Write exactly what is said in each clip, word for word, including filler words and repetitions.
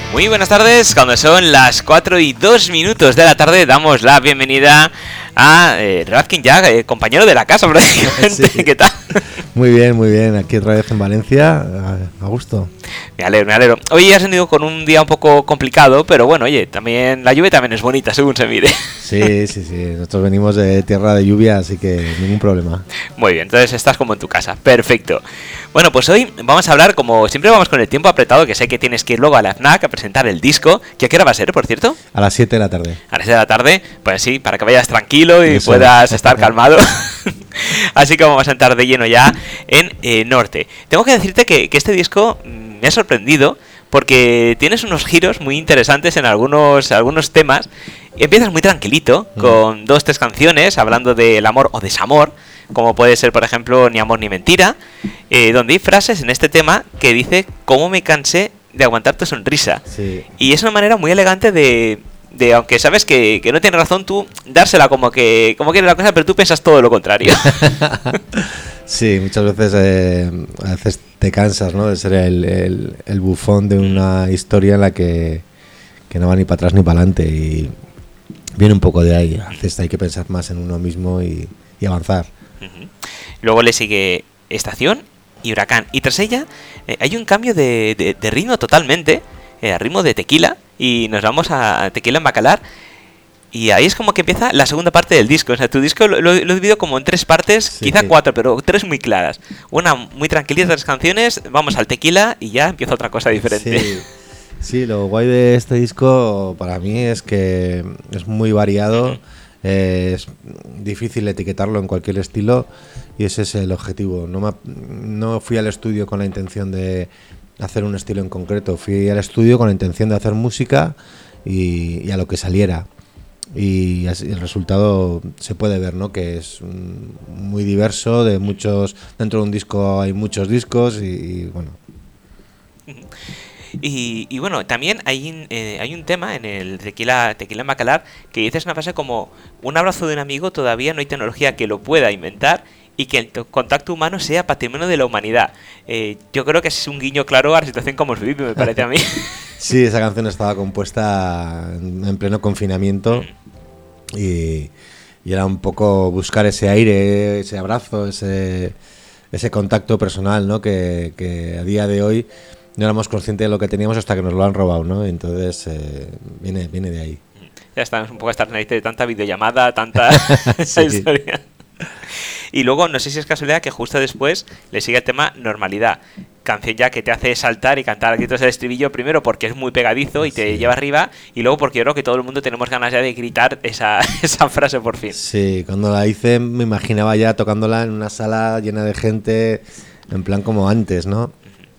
Muy buenas tardes, cuando son las cuatro y dos minutos de la tarde damos la bienvenida a eh, Radkin ya, eh, compañero de la casa prácticamente. Sí. ¿Qué tal? Muy bien, muy bien, aquí otra vez en Valencia, a, a gusto. Me alegro, me alegro. Hoy has venido con un día un poco complicado, pero bueno, oye, también la lluvia también es bonita, según se mire. Sí, sí, sí, nosotros venimos de tierra de lluvia, así que ningún problema. Muy bien, entonces estás como en tu casa, perfecto. Bueno, pues hoy vamos a hablar, como siempre vamos con el tiempo apretado, que sé que tienes que ir luego a la FNAC a presentar el disco. ¿Qué hora va a ser, por cierto? A las siete de la tarde. A las siete de la tarde, pues sí, para que vayas tranquilo y Eso. puedas estar calmado. Así que vamos a entrar de lleno ya en eh, Norte. Tengo que decirte que, que este disco me ha sorprendido porque tienes unos giros muy interesantes en algunos, algunos temas. Empiezas muy tranquilito, mm. con dos, tres canciones hablando del amor o desamor, como puede ser, por ejemplo, Ni amor ni mentira, eh, donde hay frases en este tema que dice cómo me cansé de aguantar tu sonrisa. Sí. Y es una manera muy elegante de, de aunque sabes que, que no tienes razón, tú dársela como que como quieres la cosa, pero tú piensas todo lo contrario. Sí, muchas veces eh, a veces te cansas, ¿no?, de ser el, el, el bufón de una historia en la que, que no va ni para atrás ni para adelante, y viene un poco de ahí. A veces hay que pensar más en uno mismo y, y avanzar. Uh-huh. Luego le sigue Estación y Huracán, y tras ella eh, hay un cambio de, de, de ritmo totalmente, eh, a ritmo de Tequila, y nos vamos a Tequila en Bacalar. Y ahí es como que empieza la segunda parte del disco. O sea, tu disco lo, lo, lo he dividido como en tres partes, sí, quizá sí. cuatro, pero tres muy claras. Una muy tranquilita, tres canciones, vamos al Tequila y ya empieza otra cosa diferente. Sí. Sí, lo guay de este disco para mí es que es muy variado, uh-huh. eh, es difícil etiquetarlo en cualquier estilo y ese es el objetivo. No, me, no fui al estudio con la intención de hacer un estilo en concreto, fui al estudio con la intención de hacer música y, y a lo que saliera. Y así el resultado se puede ver, ¿no?, que es muy diverso, de muchos, dentro de un disco hay muchos discos y, y bueno. Y, y bueno, también hay, eh, hay un tema en el Tequila, Tequila en Bacalar que dices una frase como: un abrazo de un amigo, todavía no hay tecnología que lo pueda inventar y que el contacto humano sea patrimonio de la humanidad. Eh, yo creo que es un guiño claro a la situación como se vive, me parece a mí. Sí, esa canción estaba compuesta en pleno confinamiento y, y era un poco buscar ese aire, ese abrazo, ese, ese contacto personal, ¿no?, que, que a día de hoy no éramos conscientes de lo que teníamos hasta que nos lo han robado, ¿no? Entonces eh, viene, viene de ahí. Ya estamos un poco hasta nariz de tanta videollamada, tanta sí. historia. Y luego, no sé si es casualidad que justo después le sigue el tema Normalidad. Canción ya que te hace saltar y cantar a gritos el estribillo, primero porque es muy pegadizo y te sí. lleva arriba, y luego porque yo creo que todo el mundo tenemos ganas ya de gritar esa, esa frase por fin. Sí, cuando la hice me imaginaba ya tocándola en una sala llena de gente, en plan como antes, ¿no?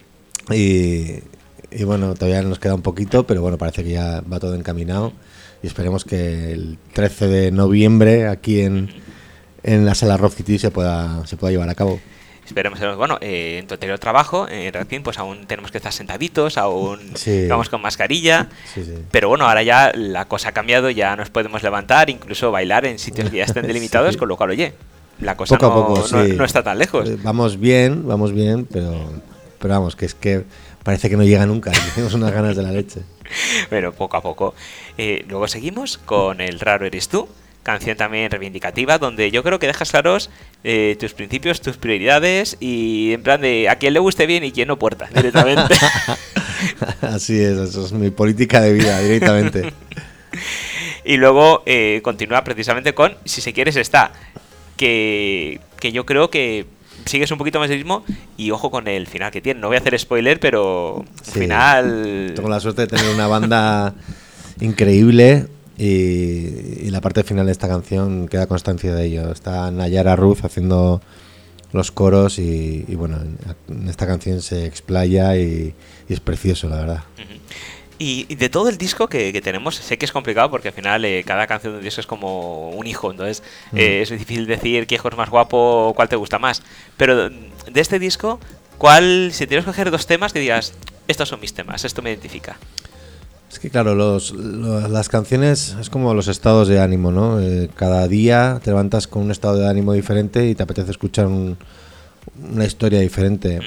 Y, y bueno, todavía nos queda un poquito, pero bueno, parece que ya va todo encaminado y esperemos que el trece de noviembre aquí en, en la sala Rock City se pueda, se pueda llevar a cabo. Esperemos. Bueno, eh, en tu anterior trabajo, en Radkin, pues aún tenemos que estar sentaditos, aún sí. vamos con mascarilla, sí, sí. pero bueno, ahora ya la cosa ha cambiado, ya nos podemos levantar, incluso bailar en sitios que ya estén delimitados, sí. con lo cual, oye, la cosa poco no, a poco, no, sí. no está tan lejos. Vamos bien, vamos bien, pero, pero vamos, que es que parece que no llega nunca, tenemos unas ganas de la leche. Bueno, poco a poco. Eh, luego seguimos con El raro eres tú, canción también reivindicativa, donde yo creo que dejas claros eh, tus principios, tus prioridades, y en plan de a quien le guste bien y quien no puerta, directamente. Así es, eso es mi política de vida, directamente. Y luego eh, continúa precisamente con Si se quieres está, que, que yo creo que sigues un poquito más de ritmo, y ojo con el final que tiene. No voy a hacer spoiler, pero el sí, final... Tengo la suerte de tener una banda increíble. Y, y la parte final de esta canción queda constancia de ello. Está Nayara Ruz haciendo los coros y, y bueno, en, en esta canción se explaya y, y es precioso, la verdad. Uh-huh. Y, y de todo el disco que, que tenemos, sé que es complicado porque al final eh, cada canción de un disco es como un hijo, entonces mm. eh, es difícil decir qué hijo es más guapo o cuál te gusta más. Pero de este disco, ¿cuál, si tienes que coger dos temas que digas, estos son mis temas, esto me identifica? Es que claro, los, los, las canciones es como los estados de ánimo, ¿no? Eh, cada día te levantas con un estado de ánimo diferente y te apetece escuchar un, una historia diferente.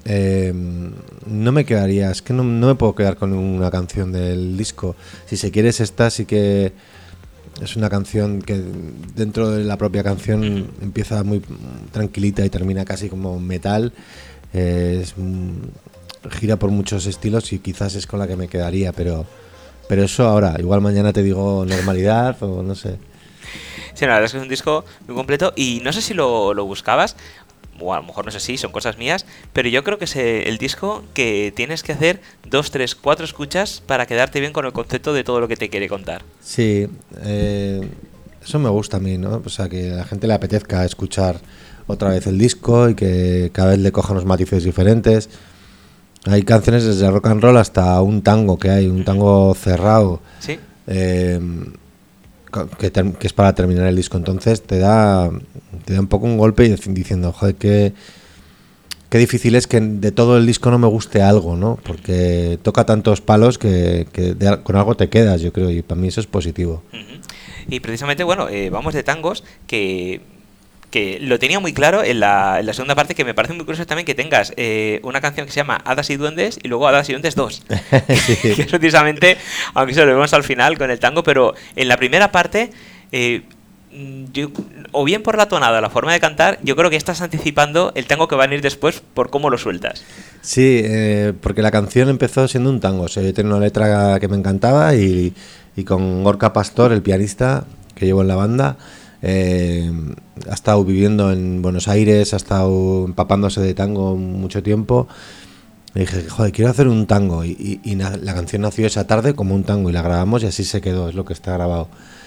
eh, no me quedaría, es que no, no me puedo quedar con una canción del disco. Si se quiere es esta, sí que es una canción que dentro de la propia canción empieza muy tranquilita y termina casi como metal. Eh, es, gira por muchos estilos y quizás es con la que me quedaría, pero, pero eso ahora, igual mañana te digo Normalidad o no sé. Sí, la verdad es que es un disco muy completo y no sé si lo, lo buscabas, o a lo mejor no sé si son cosas mías, pero yo creo que es el disco que tienes que hacer dos, tres, cuatro escuchas para quedarte bien con el concepto de todo lo que te quiere contar. Sí, eh, eso me gusta a mí, ¿no? O sea, que a la gente le apetezca escuchar otra vez el disco y que cada vez le cojan los matices diferentes. Hay canciones desde rock and roll hasta un tango que hay, un tango cerrado. Sí. Eh, que, ter- que es para terminar el disco, entonces te da te da un poco un golpe y diciendo, joder, qué, qué difícil es que de todo el disco no me guste algo, ¿no? Porque toca tantos palos que, que de, con algo te quedas, yo creo, y para mí eso es positivo. Uh-huh. Y precisamente, bueno, eh, vamos de tangos que... que lo tenía muy claro en la, en la segunda parte, que me parece muy curioso también que tengas eh, una canción que se llama Hadas y Duendes y luego Hadas y Duendes dos. Sí. Que es precisamente, aunque se lo vemos al final con el tango, pero en la primera parte, eh, yo, o bien por la tonada, la forma de cantar, yo creo que estás anticipando el tango que va a venir después por cómo lo sueltas. Sí, eh, porque la canción empezó siendo un tango, o sea, yo tenía una letra que me encantaba y, y con Gorka Pastor, el pianista que llevo en la banda, Eh, ha estado viviendo en Buenos Aires, ha estado empapándose de tango mucho tiempo. Y dije, joder, quiero hacer un tango. Y, y, y na- la canción nació esa tarde como un tango y la grabamos y así se quedó, es lo que está grabado.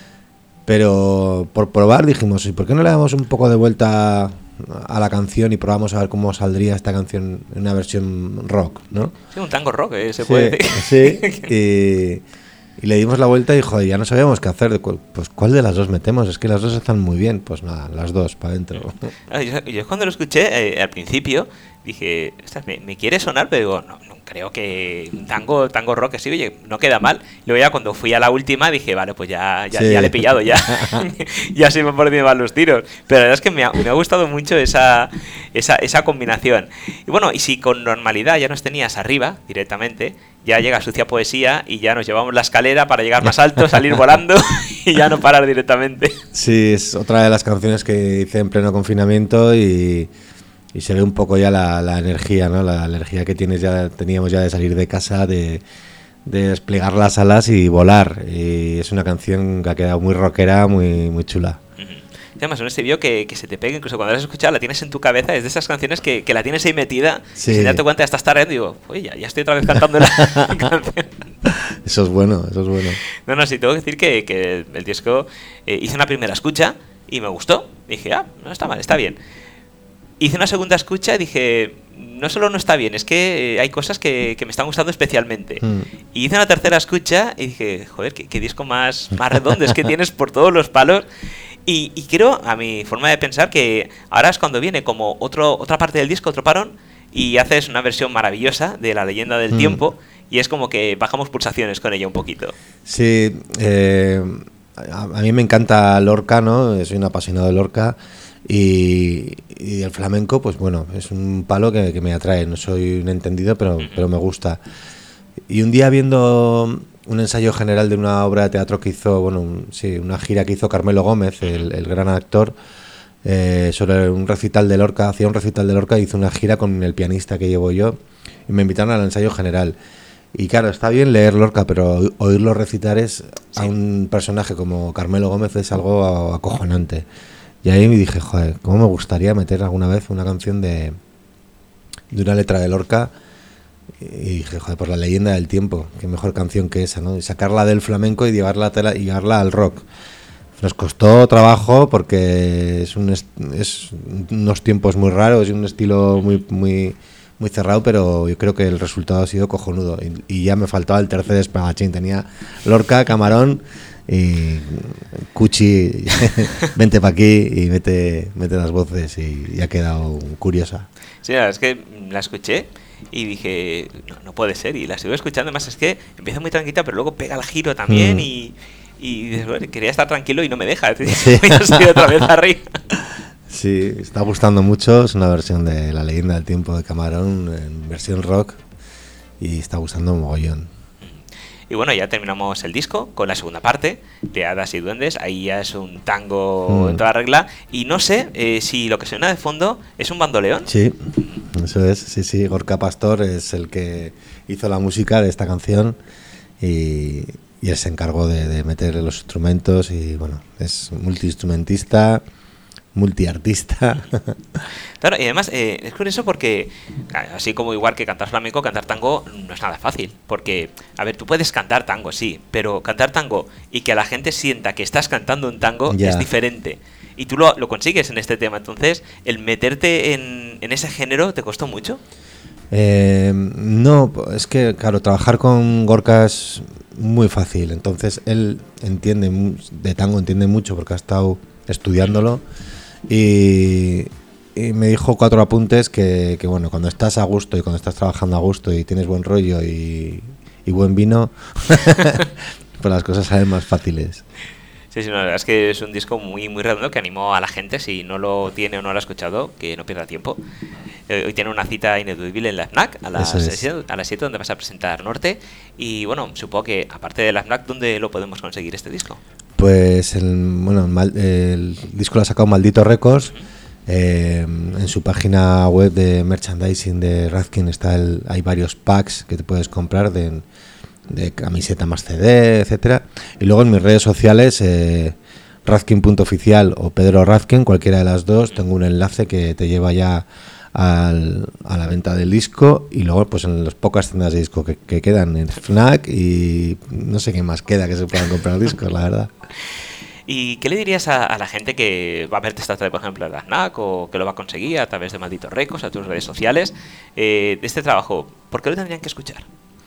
Pero por probar dijimos, ¿y por qué no le damos un poco de vuelta a la canción y probamos a ver cómo saldría esta canción en una versión rock, ¿no? Sí, un tango rock, eh, se Sí, puede decir. sí, y... Y le dimos la vuelta y joder, ya no sabíamos qué hacer. Pues ¿cuál de las dos metemos? Es que las dos están muy bien. Pues nada, las dos, para adentro. Yo, yo cuando lo escuché eh, al principio dije, me, me quiere sonar, pero digo, no, no creo que un tango, tango rock así, oye, no queda mal. Luego ya cuando fui a la última dije, vale, pues ya, ya, sí. ya le he pillado, ya, ya se me han por encima los tiros. Pero la verdad es que me ha, me ha gustado mucho esa, esa, esa combinación. Y bueno, y si con Normalidad ya nos tenías arriba directamente, ya llega Sucia Poesía y ya nos llevamos la escalera para llegar más alto, salir volando y ya no parar directamente. Sí, es otra de las canciones que hice en pleno confinamiento y, y se ve un poco ya la, la energía, ¿no? La, la energía que tienes ya teníamos ya de salir de casa, de, de desplegar las alas y volar. Y es una canción que ha quedado muy rockera, muy, muy chula. Además, en este vídeo que, que se te pega, incluso cuando la has escuchado, la tienes en tu cabeza, es de esas canciones que, que la tienes ahí metida, sí. Y sin darte cuenta ya estás tardando y digo, oye, ya, ya estoy otra vez cantando la canción. Eso es bueno, eso es bueno. No, no, sí, tengo que decir que, que el disco eh, hice una primera escucha y me gustó. Dije, ah, no está mal, está bien. Hice una segunda escucha y dije, no solo no está bien, es que eh, hay cosas que, que me están gustando especialmente. Mm. Y hice una tercera escucha y dije, joder, qué, qué disco más, más redondo es que tienes por todos los palos. Y, y creo, a mi forma de pensar, que ahora es cuando viene como otro, otra parte del disco, otro parón, y haces una versión maravillosa de La Leyenda del mm. Tiempo, y es como que bajamos pulsaciones con ella un poquito. Sí, eh, a, a mí me encanta Lorca, ¿no? Soy un apasionado de Lorca, y, y el flamenco, pues bueno, es un palo que, que me atrae. No soy un entendido, pero, mm-hmm. pero me gusta. Y un día viendo un ensayo general de una obra de teatro que hizo, bueno, un, sí, una gira que hizo Carmelo Gómez, el, el gran actor, eh, sobre un recital de Lorca, hacía un recital de Lorca, hizo una gira con el pianista que llevo yo, y me invitaron al ensayo general. Y claro, está bien leer Lorca, pero oírlo recitar es, sí. a un personaje como Carmelo Gómez es algo acojonante. Y ahí me dije, joder, ¿cómo me gustaría meter alguna vez una canción de, de una letra de Lorca? Y dije, joder, pues La Leyenda del Tiempo, qué mejor canción que esa, ¿no? Y sacarla del flamenco y llevarla, tela, y llevarla al rock. Nos costó trabajo porque es, un est- es unos tiempos muy raros y un estilo muy, muy, muy cerrado, pero yo creo que el resultado ha sido cojonudo. Y, y ya me faltaba el tercer espadachín. Tenía Lorca, Camarón y Cuchi, vente para aquí y mete, mete las voces, y, y ha quedado curiosa. Sí, la verdad es que la escuché y dije, no, no puede ser, y la estuve escuchando. Además es que empieza muy tranquila, pero luego pega el giro también. mm. y, y bueno, quería estar tranquilo y no me deja, sí. Voy a subir otra vez arriba. Sí, está gustando mucho. Es una versión de La leyenda del tiempo de Camarón en versión rock y está gustando un mogollón. Y bueno, ya terminamos el disco con la segunda parte de Hadas y Duendes. Ahí ya es un tango Mm. en toda regla. Y no sé eh, si lo que suena de fondo es un bandoleón. Sí, eso es. Sí, sí. Gorka Pastor es el que hizo la música de esta canción y, y él se encargó de, de meter los instrumentos y bueno, es multiinstrumentista, multiartista. Claro, y además eh, es curioso porque, así como igual que cantar flamenco, cantar tango no es nada fácil. Porque, a ver, tú puedes cantar tango, sí, pero cantar tango y que la gente sienta que estás cantando un tango Ya. es diferente. Y tú lo, lo consigues en este tema. Entonces, el meterte en, en ese género te costó mucho. Eh, no, es que, claro, trabajar con Gorka es muy fácil. Entonces, él entiende mu- de tango, entiende mucho porque ha estado estudiándolo. Y, y me dijo cuatro apuntes que, que, bueno, cuando estás a gusto y cuando estás trabajando a gusto y tienes buen rollo y, y buen vino, pues las cosas salen más fáciles. Sí, sí, no, la verdad es que es un disco muy muy redondo que animó a la gente, si no lo tiene o no lo ha escuchado, que no pierda tiempo. Eh, hoy tiene una cita ineludible en la FNAC a las, Eso es. siete, a las siete, donde vas a presentar Norte. Y bueno, supongo que aparte de la FNAC, ¿dónde lo podemos conseguir este disco? Pues el, bueno, el, mal- el disco lo ha sacado Maldito Records. Eh, en su página web de merchandising de Razkin está el, hay varios packs que te puedes comprar de, de camiseta más C D, etcétera. Y luego en mis redes sociales, eh, razkin punto oficial o Pedro Razkin, cualquiera de las dos, tengo un enlace que te lleva ya al, a la venta del disco y luego pues en las pocas tiendas de disco que, que quedan en FNAC y no sé qué más queda que se puedan comprar discos, la verdad. ¿Y qué le dirías a, a la gente que va a verte esta tarde, por ejemplo, en la FNAC o que lo va a conseguir a través de Malditos Records, a tus redes sociales, eh, de este trabajo? ¿Por qué lo tendrían que escuchar?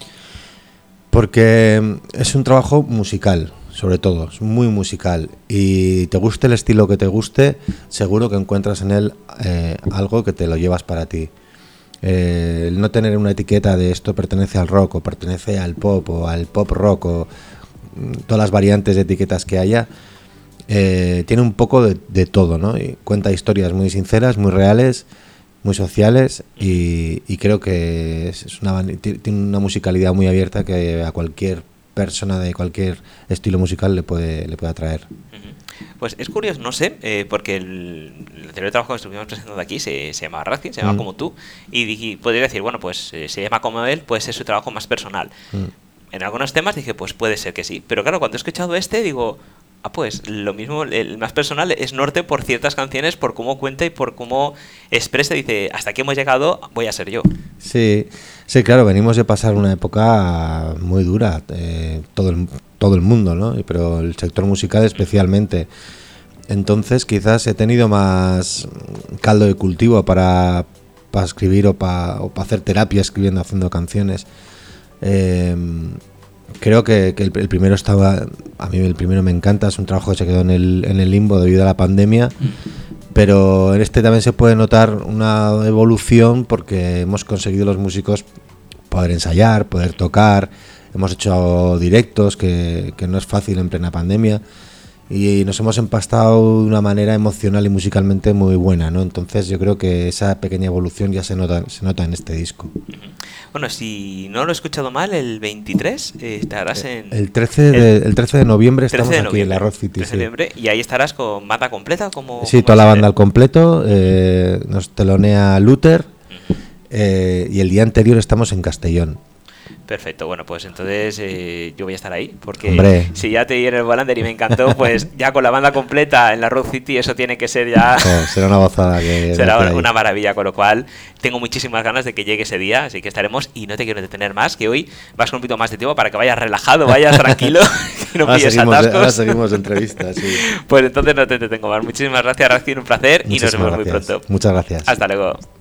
Porque es un trabajo musical, sobre todo, es muy musical. Y te guste el estilo que te guste, seguro que encuentras en él eh, algo que te lo llevas para ti. Eh, el no tener una etiqueta de esto pertenece al rock o pertenece al pop o al pop rock o mm, todas las variantes de etiquetas que haya, eh, tiene un poco de, de todo, ¿no? Y cuenta historias muy sinceras, muy reales, muy sociales y, y creo que es una, tiene una musicalidad muy abierta que a cualquier persona de cualquier estilo musical le puede, le puede atraer. Pues es curioso, no sé, eh, porque el, el anterior trabajo que estuvimos presentando aquí se, se llama Razkin, se llama Mm. Como Tú, y dije, podría decir, bueno, pues eh, se llama como él, pues es su trabajo más personal. Mm. En algunos temas dije, pues puede ser que sí, pero claro, cuando he escuchado este digo, ah, pues lo mismo, el más personal es Norte por ciertas canciones, por cómo cuenta y por cómo expresa, dice, hasta aquí hemos llegado, voy a ser yo. Sí, sí, claro, venimos de pasar una época muy dura, eh, todo, el, todo el mundo, ¿no? Y- Pero el sector musical especialmente. Entonces quizás he tenido más caldo de cultivo para, para escribir o para, o para hacer terapia escribiendo, haciendo canciones. Eh, creo que, que el, el primero estaba, a mí el primero me encanta, es un trabajo que se quedó en el, en el limbo debido a la pandemia. Pero en este también se puede notar una evolución porque hemos conseguido los músicos poder ensayar, poder tocar, hemos hecho directos que, que no es fácil en plena pandemia y nos hemos empastado de una manera emocional y musicalmente muy buena, ¿no? Entonces yo creo que esa pequeña evolución ya se nota, se nota en este disco. Bueno, si no lo he escuchado mal, el veintitrés eh, estarás en... El trece de, el trece de noviembre estamos trece de aquí en la noviembre, Rock City. trece de Sí. noviembre, y ahí estarás con banda completa, como Sí, como toda la es, banda eh? al completo, eh, nos telonea Luther eh, y el día anterior estamos en Castellón. Perfecto, bueno, pues entonces eh, yo voy a estar ahí, porque Hombre. si ya te di en el Volander y me encantó, pues ya con la banda completa en la Rock City eso tiene que ser ya... Oh, será una gozada que será verte ahí. una maravilla, con lo cual tengo muchísimas ganas de que llegue ese día, así que estaremos y no te quiero detener más, que hoy vas con un poquito más de tiempo para que vayas relajado, vayas tranquilo, que no ahora, pilles seguimos, atascos. ahora seguimos entrevistas. Sí. Pues entonces no te detengo más. Muchísimas gracias, Razkin, un placer y nos Muchísimas vemos muy gracias. pronto. Muchas gracias. Hasta luego.